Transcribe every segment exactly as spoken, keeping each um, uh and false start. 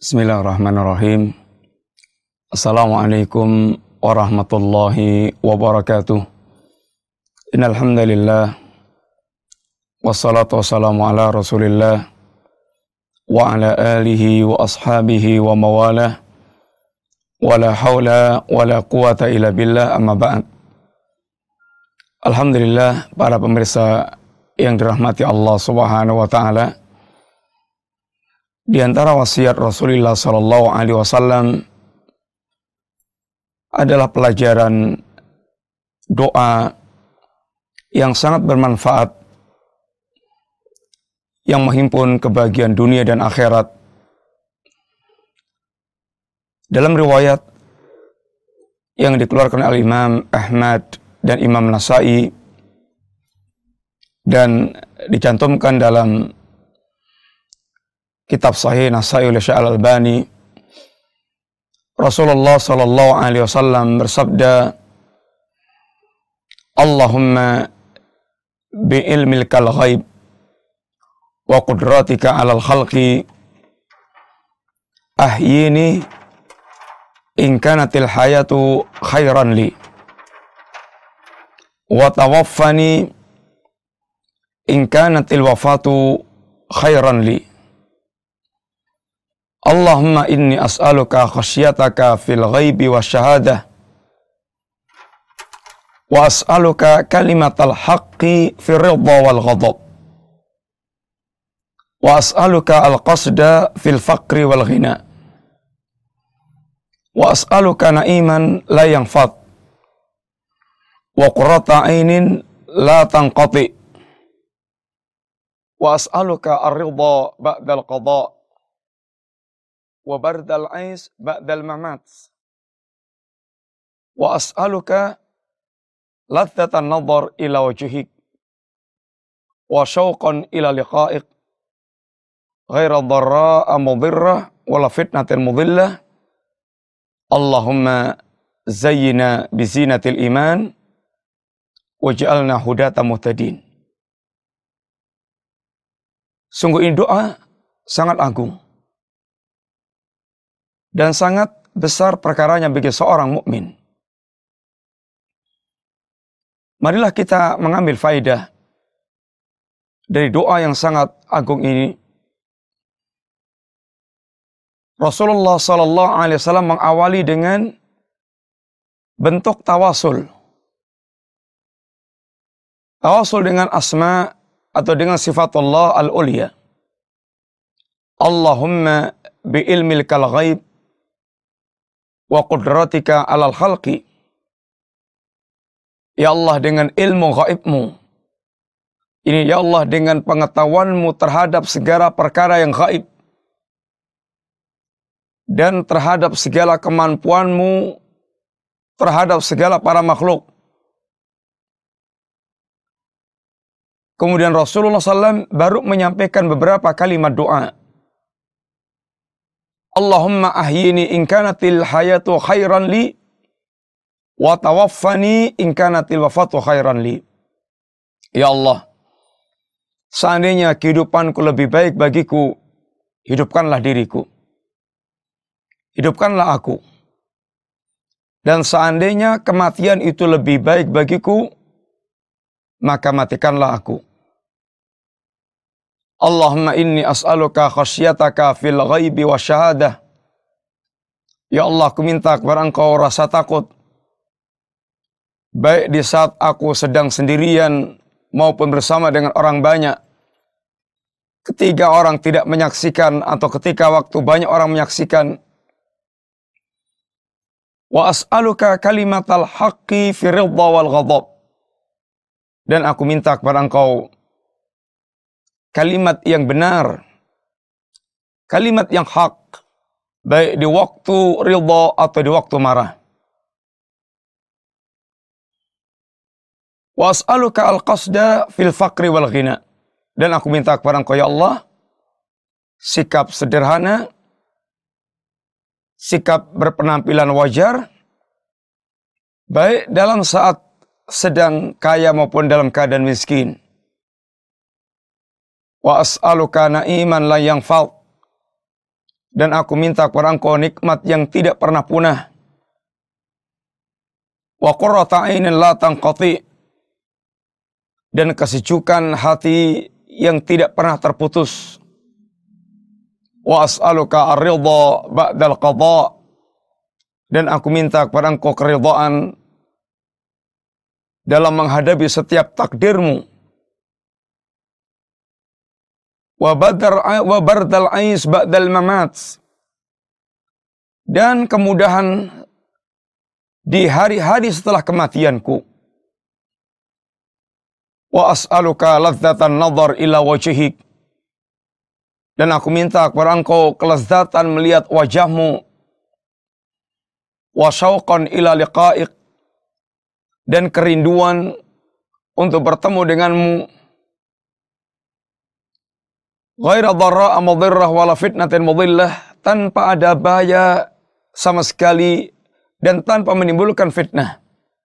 Bismillahirrahmanirrahim. Assalamualaikum warahmatullahi wabarakatuh. Innal hamdalillah wassalatu wassalamu ala Rasulillah wa ala alihi wa ashabihi wa mawalah. Wala haula wala quwata illa billah, amma ba'd. Alhamdulillah, para pemirsa yang dirahmati Allah Subhanahu wa taala. Di antara wasiat Rasulullah sallallahu alaihi wasallam adalah pelajaran doa yang sangat bermanfaat, yang menghimpun kebahagiaan dunia dan akhirat. Dalam riwayat yang dikeluarkan oleh Imam Ahmad dan Imam Nasai dan dicantumkan dalam Kitab Sahih Nasai oleh Syekh Al-Albani, Rasulullah sallallahu alaihi wasallam bersabda, Allahumma bi'ilmikal ghaib wa qudratika 'alal khalqi ahyini in kanatil hayatu khairan li wa tawaffani in kanatil wafatu khairan li. Allahumma inni as'aluka khasyataka fil ghaibi wa syahadah wa as'aluka kalimatal haqqi fil ridha wal ghadab wa as'aluka al-qasda fil faqri wal ghina wa as'aluka na'iman la yanfad wa qurrata 'ainin la tanqati wa as'aluka ar-ridha ba'dal qada wa bardal ais ba'dal mamat wa as'aluka ladzatan nadhar ila wajhik wa syauqan ila liqa'ik ghaira dharra'a mudhirrah wala fitnatin mudhillah. Allahumma zayyina bizinatil iman waj'alna hudatan muhtadin. Sungguh ini doa sangat agung dan sangat besar perkaranya bagi seorang mukmin. Marilah kita mengambil faidah dari doa yang sangat agung ini. Rasulullah sallallahu alaihi wasallam mengawali dengan bentuk tawasul. Tawasul dengan asma atau dengan sifat Allah al-ulya. Allahumma bi'ilmikal ghaib wa qudratika 'alal khalqi. Ya Allah, dengan ilmu gaibmu ini, ya Allah, dengan pengetahuanmu terhadap segala perkara yang gaib dan terhadap segala kemampuanmu terhadap segala para makhluk. Kemudian Rasulullah sallallahu alaihi wasallam baru menyampaikan beberapa kalimat doa. Allahumma ahyini in kanatil hayatu khairan li wa tawaffani in kanatil wafatu khairan li. Ya Allah, seandainya kehidupanku lebih baik bagiku, hidupkanlah diriku. Hidupkanlah aku. Dan seandainya kematian itu lebih baik bagiku, maka matikanlah aku. Allahumma inni as'aluka khasyataka fil ghaibi wa syahadah. Ya Allah, aku minta kepada Engkau rasa takut, baik di saat aku sedang sendirian maupun bersama dengan orang banyak. Ketika orang tidak menyaksikan atau ketika waktu banyak orang menyaksikan. Wa as'aluka kalimatal haqqi fi ridha wal ghadab. Dan aku minta kepada Engkau kalimat yang benar, kalimat yang hak, baik di waktu ridha atau di waktu marah. Wa as'aluka al-qasda fil faqri wal ghina. Dan aku minta kepada Engkau, ya Allah, sikap sederhana, sikap berpenampilan wajar, baik dalam saat sedang kaya maupun dalam keadaan miskin. Wa as'aluka na'iman la yanfad. Dan aku minta kepada Engkau nikmat yang tidak pernah punah. Wa qurrata 'ainin la tanqati. Dan kesejukan hati yang tidak pernah terputus. Wa as'aluka ar-ridha ba'dal qadha. Dan aku minta kepada Engkau keridhaan dalam menghadapi setiap takdirmu. Wa badar wa bardal ais ba'dal mamat. Dan kemudahan di hari-hari setelah kematianku. Wa as'aluka ladzatan nadhar ila wajhik. Dan aku minta kepada Engkau kelezatan melihat wajahmu. Wa syauqan ila liqa'ik. Dan kerinduan untuk bertemu denganmu. Ghaira dharra'a mudhirrah wala fitnatin mudhillah. Tanpa ada bahaya sama sekali dan tanpa menimbulkan fitnah.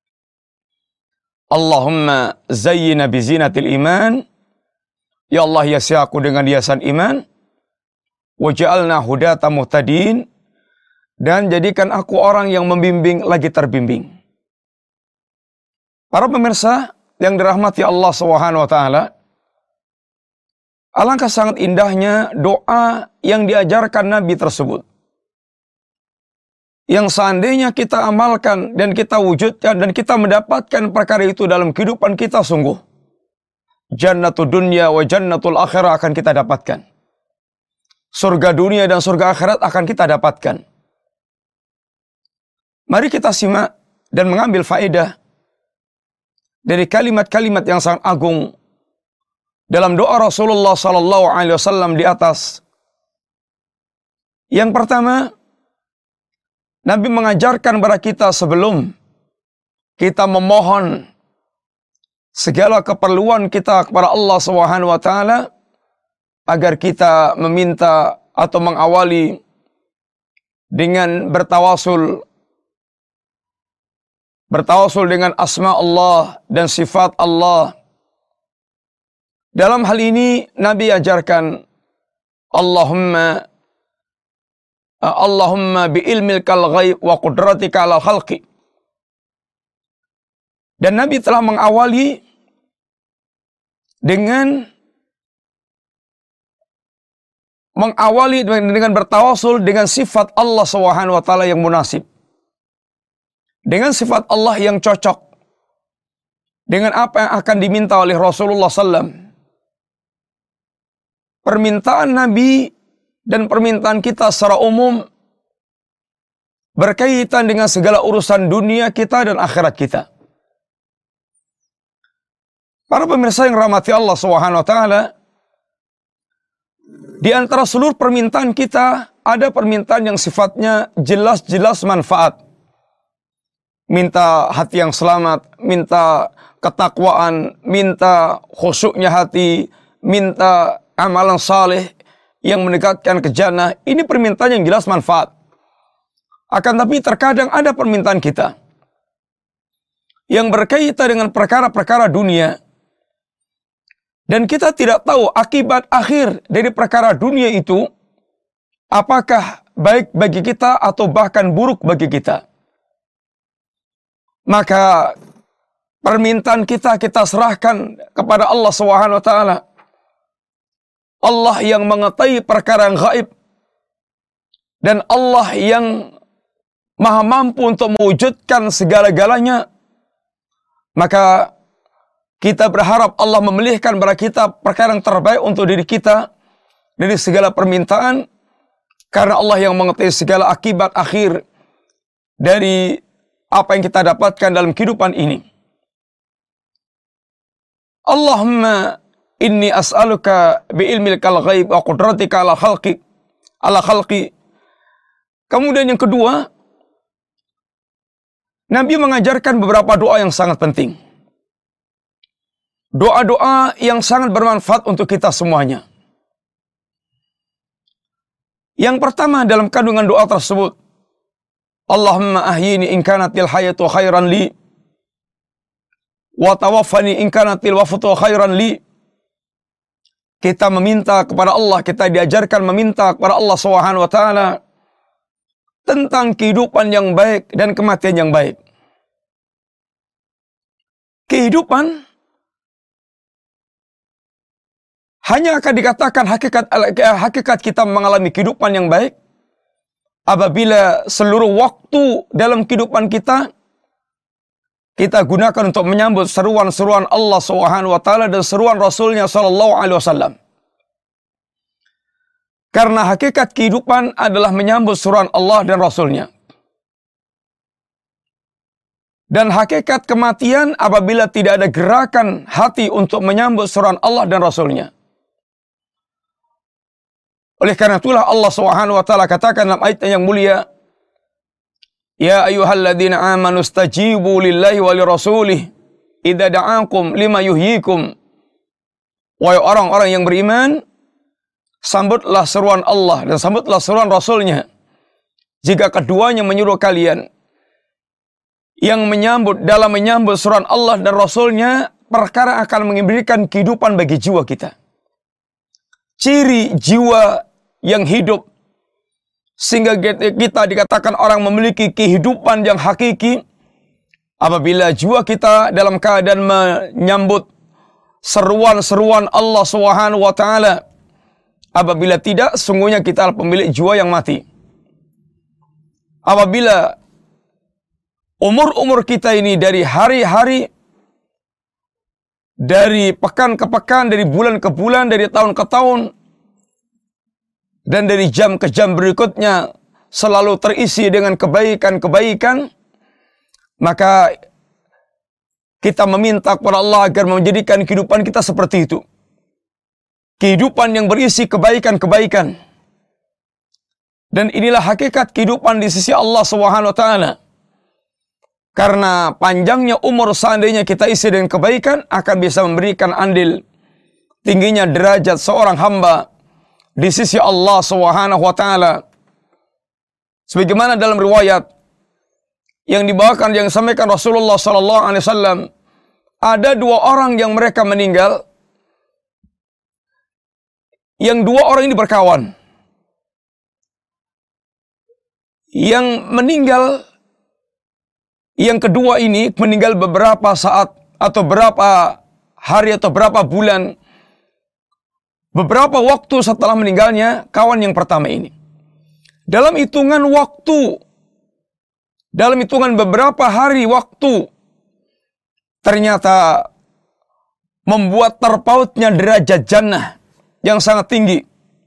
Allahumma zayyina bizinatil iman. Ya Allah, hiasi aku dengan hiasan iman. Waj'alna hudata muhtadin. Dan jadikan aku orang yang membimbing lagi terbimbing. Para pemirsa yang dirahmati Allah Subhanahu wa taala, alangkah sangat indahnya doa yang diajarkan Nabi tersebut. Yang seandainya kita amalkan dan kita wujudkan dan kita mendapatkan perkara itu dalam kehidupan kita, sungguh jannatul dunya wa jannatul akhirah akan kita dapatkan. Surga dunia dan surga akhirat akan kita dapatkan. Mari kita simak dan mengambil faedah dari kalimat-kalimat yang sangat agung dalam doa Rasulullah sallallahu alaihi wasallam di atas. Yang pertama, Nabi mengajarkan kepada kita sebelum kita memohon segala keperluan kita kepada Allah Subhanahu wa taala, agar kita meminta atau mengawali dengan bertawasul bertawasul dengan asma Allah dan sifat Allah. Dalam hal ini Nabi ajarkan Allahumma Allahumma bi ilmikal ghaib wa qudratika ala khalqi. Dan Nabi telah mengawali dengan mengawali dengan bertawasul dengan sifat Allah Subhanahu wa taala yang munasib. Dengan sifat Allah yang cocok dengan apa yang akan diminta oleh Rasulullah sallallahu alaihi wasallam. Permintaan Nabi dan permintaan kita secara umum berkaitan dengan segala urusan dunia kita dan akhirat kita. Para pemirsa yang rahmati Allah Subhanahu wa taala, di antara seluruh permintaan kita ada permintaan yang sifatnya jelas-jelas manfaat. Minta hati yang selamat, minta ketakwaan, minta khusyuknya hati, minta amalan saleh yang mendekatkan ke jannah. Ini permintaan yang jelas manfaat. Akan tapi terkadang ada permintaan kita yang berkaitan dengan perkara-perkara dunia. Dan kita tidak tahu akibat akhir dari perkara dunia itu apakah baik bagi kita atau bahkan buruk bagi kita. Maka permintaan kita kita serahkan kepada Allah Subhanahu wa taala. Allah yang mengetahui perkara yang gaib dan Allah yang maha mampu untuk mewujudkan segala-galanya. Maka kita berharap Allah memilihkan kepada kita perkara yang terbaik untuk diri kita dari segala permintaan, karena Allah yang mengetahui segala akibat akhir dari apa yang kita dapatkan dalam kehidupan ini. Allahumma inni as'aluka bi ilmikal ghaib wa qudratika ala khalqi ala khalqi. Kemudian yang kedua, Nabi mengajarkan beberapa doa yang sangat penting. Doa-doa yang sangat bermanfaat untuk kita semuanya. Yang pertama dalam kandungan doa tersebut, Allahumma ahyini in kanatil hayatu khairan li wa tawaffani in kanatil wafatu khairan li. kita meminta kepada Allah, kita diajarkan meminta kepada Allah Subhanahu wa taala tentang kehidupan yang baik dan kematian yang baik. Kehidupan hanya akan dikatakan hakikat hakikat kita mengalami kehidupan yang baik apabila seluruh waktu dalam kehidupan kita kita gunakan untuk menyambut seruan-seruan Allah Subhanahu wa taala dan seruan Rasulnya sallallahu alaihi wasallam. Karena hakikat kehidupan adalah menyambut seruan Allah dan Rasulnya. Dan hakikat kematian apabila tidak ada gerakan hati untuk menyambut seruan Allah dan Rasulnya. Oleh karena itulah Allah Subhanahu wa taala katakan dalam ayat yang mulia, ya ayyuhalladzina amanu stajibu lillahi wa lirasulih idza da'akum lima yuhyikum. Wahai orang-orang yang beriman, sambutlah seruan Allah dan sambutlah seruan Rasulnya jika keduanya menyuruh kalian. Yang menyambut dalam menyambut seruan Allah dan Rasulnya perkara akan memberikan kehidupan bagi jiwa kita. Ciri jiwa yang hidup sehingga kita dikatakan orang memiliki kehidupan yang hakiki apabila jiwa kita dalam keadaan menyambut seruan-seruan Allah Subhanahu wa taala. Apabila tidak, sungguhnya kita adalah pemilik jiwa yang mati. Apabila umur-umur kita ini dari hari-hari, dari pekan ke pekan, dari bulan ke bulan, dari tahun ke tahun, dan dari jam ke jam berikutnya selalu terisi dengan kebaikan-kebaikan, maka kita meminta kepada Allah agar menjadikan kehidupan kita seperti itu. Kehidupan yang berisi kebaikan-kebaikan. Dan inilah hakikat kehidupan di sisi Allah Subhanahu wa taala. Karena panjangnya umur seandainya kita isi dengan kebaikan akan bisa memberikan andil tingginya derajat seorang hamba di sisi Allah Subhanahu wa taala. Sebagaimana dalam riwayat yang dibawakan yang disampaikan Rasulullah sallallahu alaihi wasallam, ada dua orang yang mereka meninggal. Yang dua orang ini berkawan. Yang meninggal yang kedua ini meninggal beberapa saat atau berapa hari atau berapa bulan, beberapa waktu setelah meninggalnya kawan yang pertama ini. Dalam hitungan waktu, dalam hitungan beberapa hari waktu, ternyata membuat terpautnya derajat jannah yang sangat tinggi.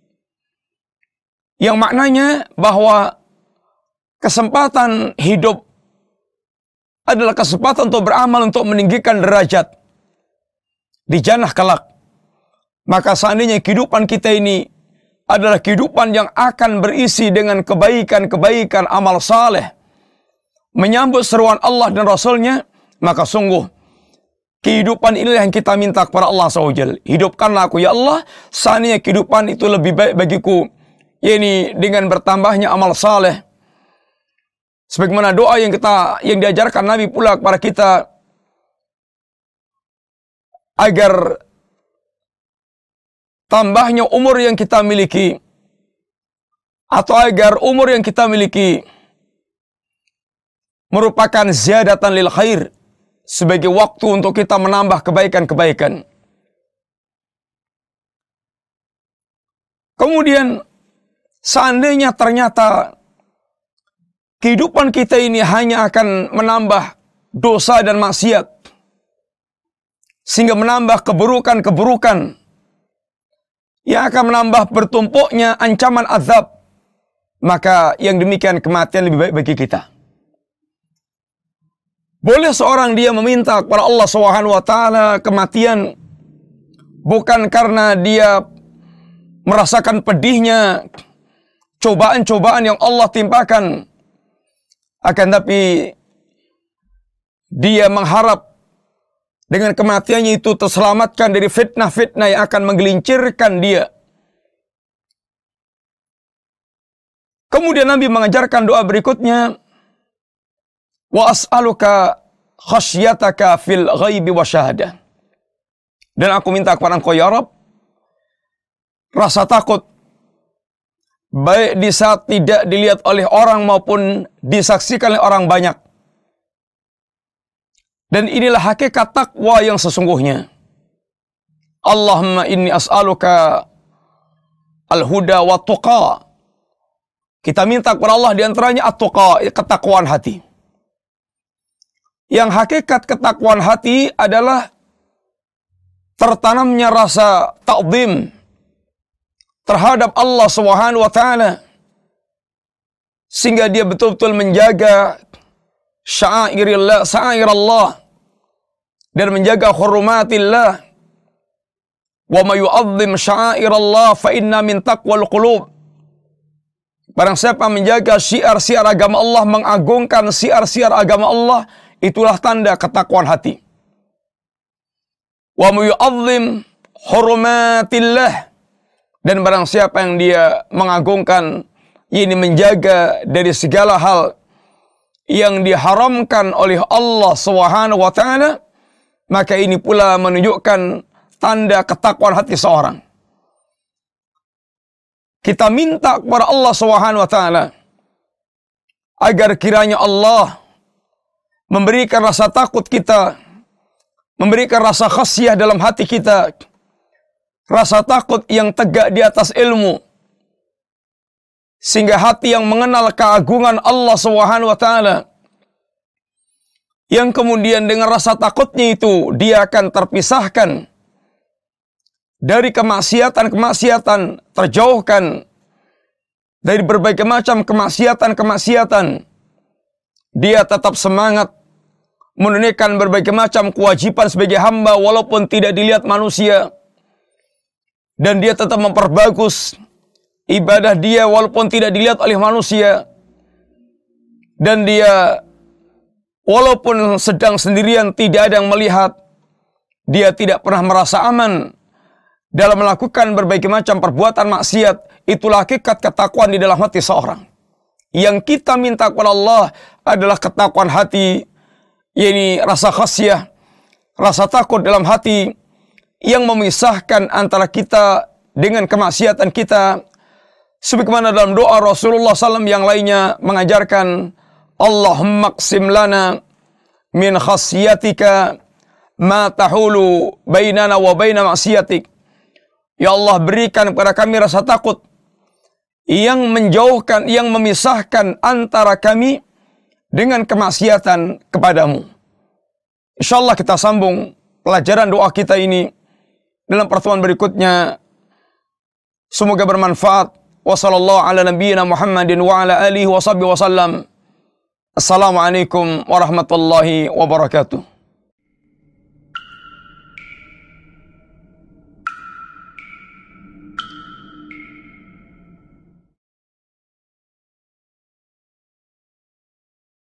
Yang maknanya bahwa kesempatan hidup adalah kesempatan untuk beramal untuk meninggikan derajat di jannah kelak. Maka seandainya kehidupan kita ini adalah kehidupan yang akan berisi dengan kebaikan-kebaikan amal saleh, menyambut seruan Allah dan Rasulnya, maka sungguh kehidupan inilah yang kita minta kepada Allah subhanahu wa taala. Hidupkanlah aku ya Allah, seandainya kehidupan itu lebih baik bagiku, yakni dengan bertambahnya amal saleh. Sebagaimana doa yang kita yang diajarkan Nabi pula kepada kita agar tambahnya umur yang kita miliki atau agar umur yang kita miliki merupakan ziyadatan lil khair, sebagai waktu untuk kita menambah kebaikan-kebaikan. Kemudian seandainya ternyata kehidupan kita ini hanya akan menambah dosa dan maksiat, sehingga menambah keburukan-keburukan yang akan menambah bertumpuknya ancaman azab, maka yang demikian kematian lebih baik bagi kita. Boleh seorang dia meminta kepada Allah subhanahu wa taala kematian bukan karena dia merasakan pedihnya cobaan-cobaan yang Allah timpakan, akan tapi dia mengharap dengan kematiannya itu terselamatkan dari fitnah-fitnah yang akan menggelincirkan dia. Kemudian Nabi mengajarkan doa berikutnya, wa as'aluka khasyataka fil ghaibi wa syahadah. Dan aku minta kepada Engkau ya Rabb rasa takut, baik di saat tidak dilihat oleh orang maupun disaksikan oleh orang banyak. Dan inilah hakikat takwa yang sesungguhnya. Allahumma inni as'aluka al-huda wa tuqa. Kita minta kepada Allah diantaranya at-tuqa, ketakwaan hati. Yang hakikat ketakwaan hati adalah tertanamnya rasa ta'zim terhadap Allah Subhanahu wa taala, sehingga dia betul-betul menjaga sya'airillah, sya'airallah, dan menjaga hurumatillah. Wa may yu'azzim sya'airallah fa inna min taqwal qulub. Barang siapa menjaga syiar-syiar agama Allah, mengagungkan syiar-syiar agama Allah, itulah tanda ketakwaan hati. Wa may yu'azzim hurumatillah, dan barang siapa yang dia mengagungkan, ini menjaga dari segala hal yang diharamkan oleh Allah Subhanahu wa taala, maka ini pula menunjukkan tanda ketakwaan hati seorang. Kita minta kepada Allah Subhanahu wa taala agar kiranya Allah memberikan rasa takut kita, memberikan rasa khasyah dalam hati kita, rasa takut yang tegak di atas ilmu, sehingga hati yang mengenal keagungan Allah Subhanahu wa taala, yang kemudian dengan rasa takutnya itu dia akan terpisahkan dari kemaksiatan-kemaksiatan, terjauhkan dari berbagai macam kemaksiatan-kemaksiatan. Dia tetap semangat menunaikan berbagai macam kewajiban sebagai hamba walaupun tidak dilihat manusia. Dan dia tetap memperbagus ibadah dia walaupun tidak dilihat oleh manusia. Dan dia walaupun sedang sendirian, tidak ada yang melihat, dia tidak pernah merasa aman dalam melakukan berbagai macam perbuatan maksiat. Itulah hakikat ketakwaan di dalam hati seorang. Yang kita minta kepada Allah adalah ketakwaan hati, yakni rasa khasyah, rasa takut dalam hati yang memisahkan antara kita dengan kemaksiatan kita. Sebagaimana dalam doa Rasulullah sallallahu alaihi wasallam yang lainnya mengajarkan, Allahumma qsim lana min khasyatika ma tahulu bainana wa baina maksiatik. Ya Allah, berikan kepada kami rasa takut yang menjauhkan, yang memisahkan antara kami dengan kemaksiatan kepadamu. InsyaAllah kita sambung pelajaran doa kita ini dalam pertemuan berikutnya. Semoga bermanfaat. Wassallallahu ala nabiyyina Muhammadin wa ala alihi wa sahbihi wa sallam. Assalamualaikum warahmatullahi wabarakatuh.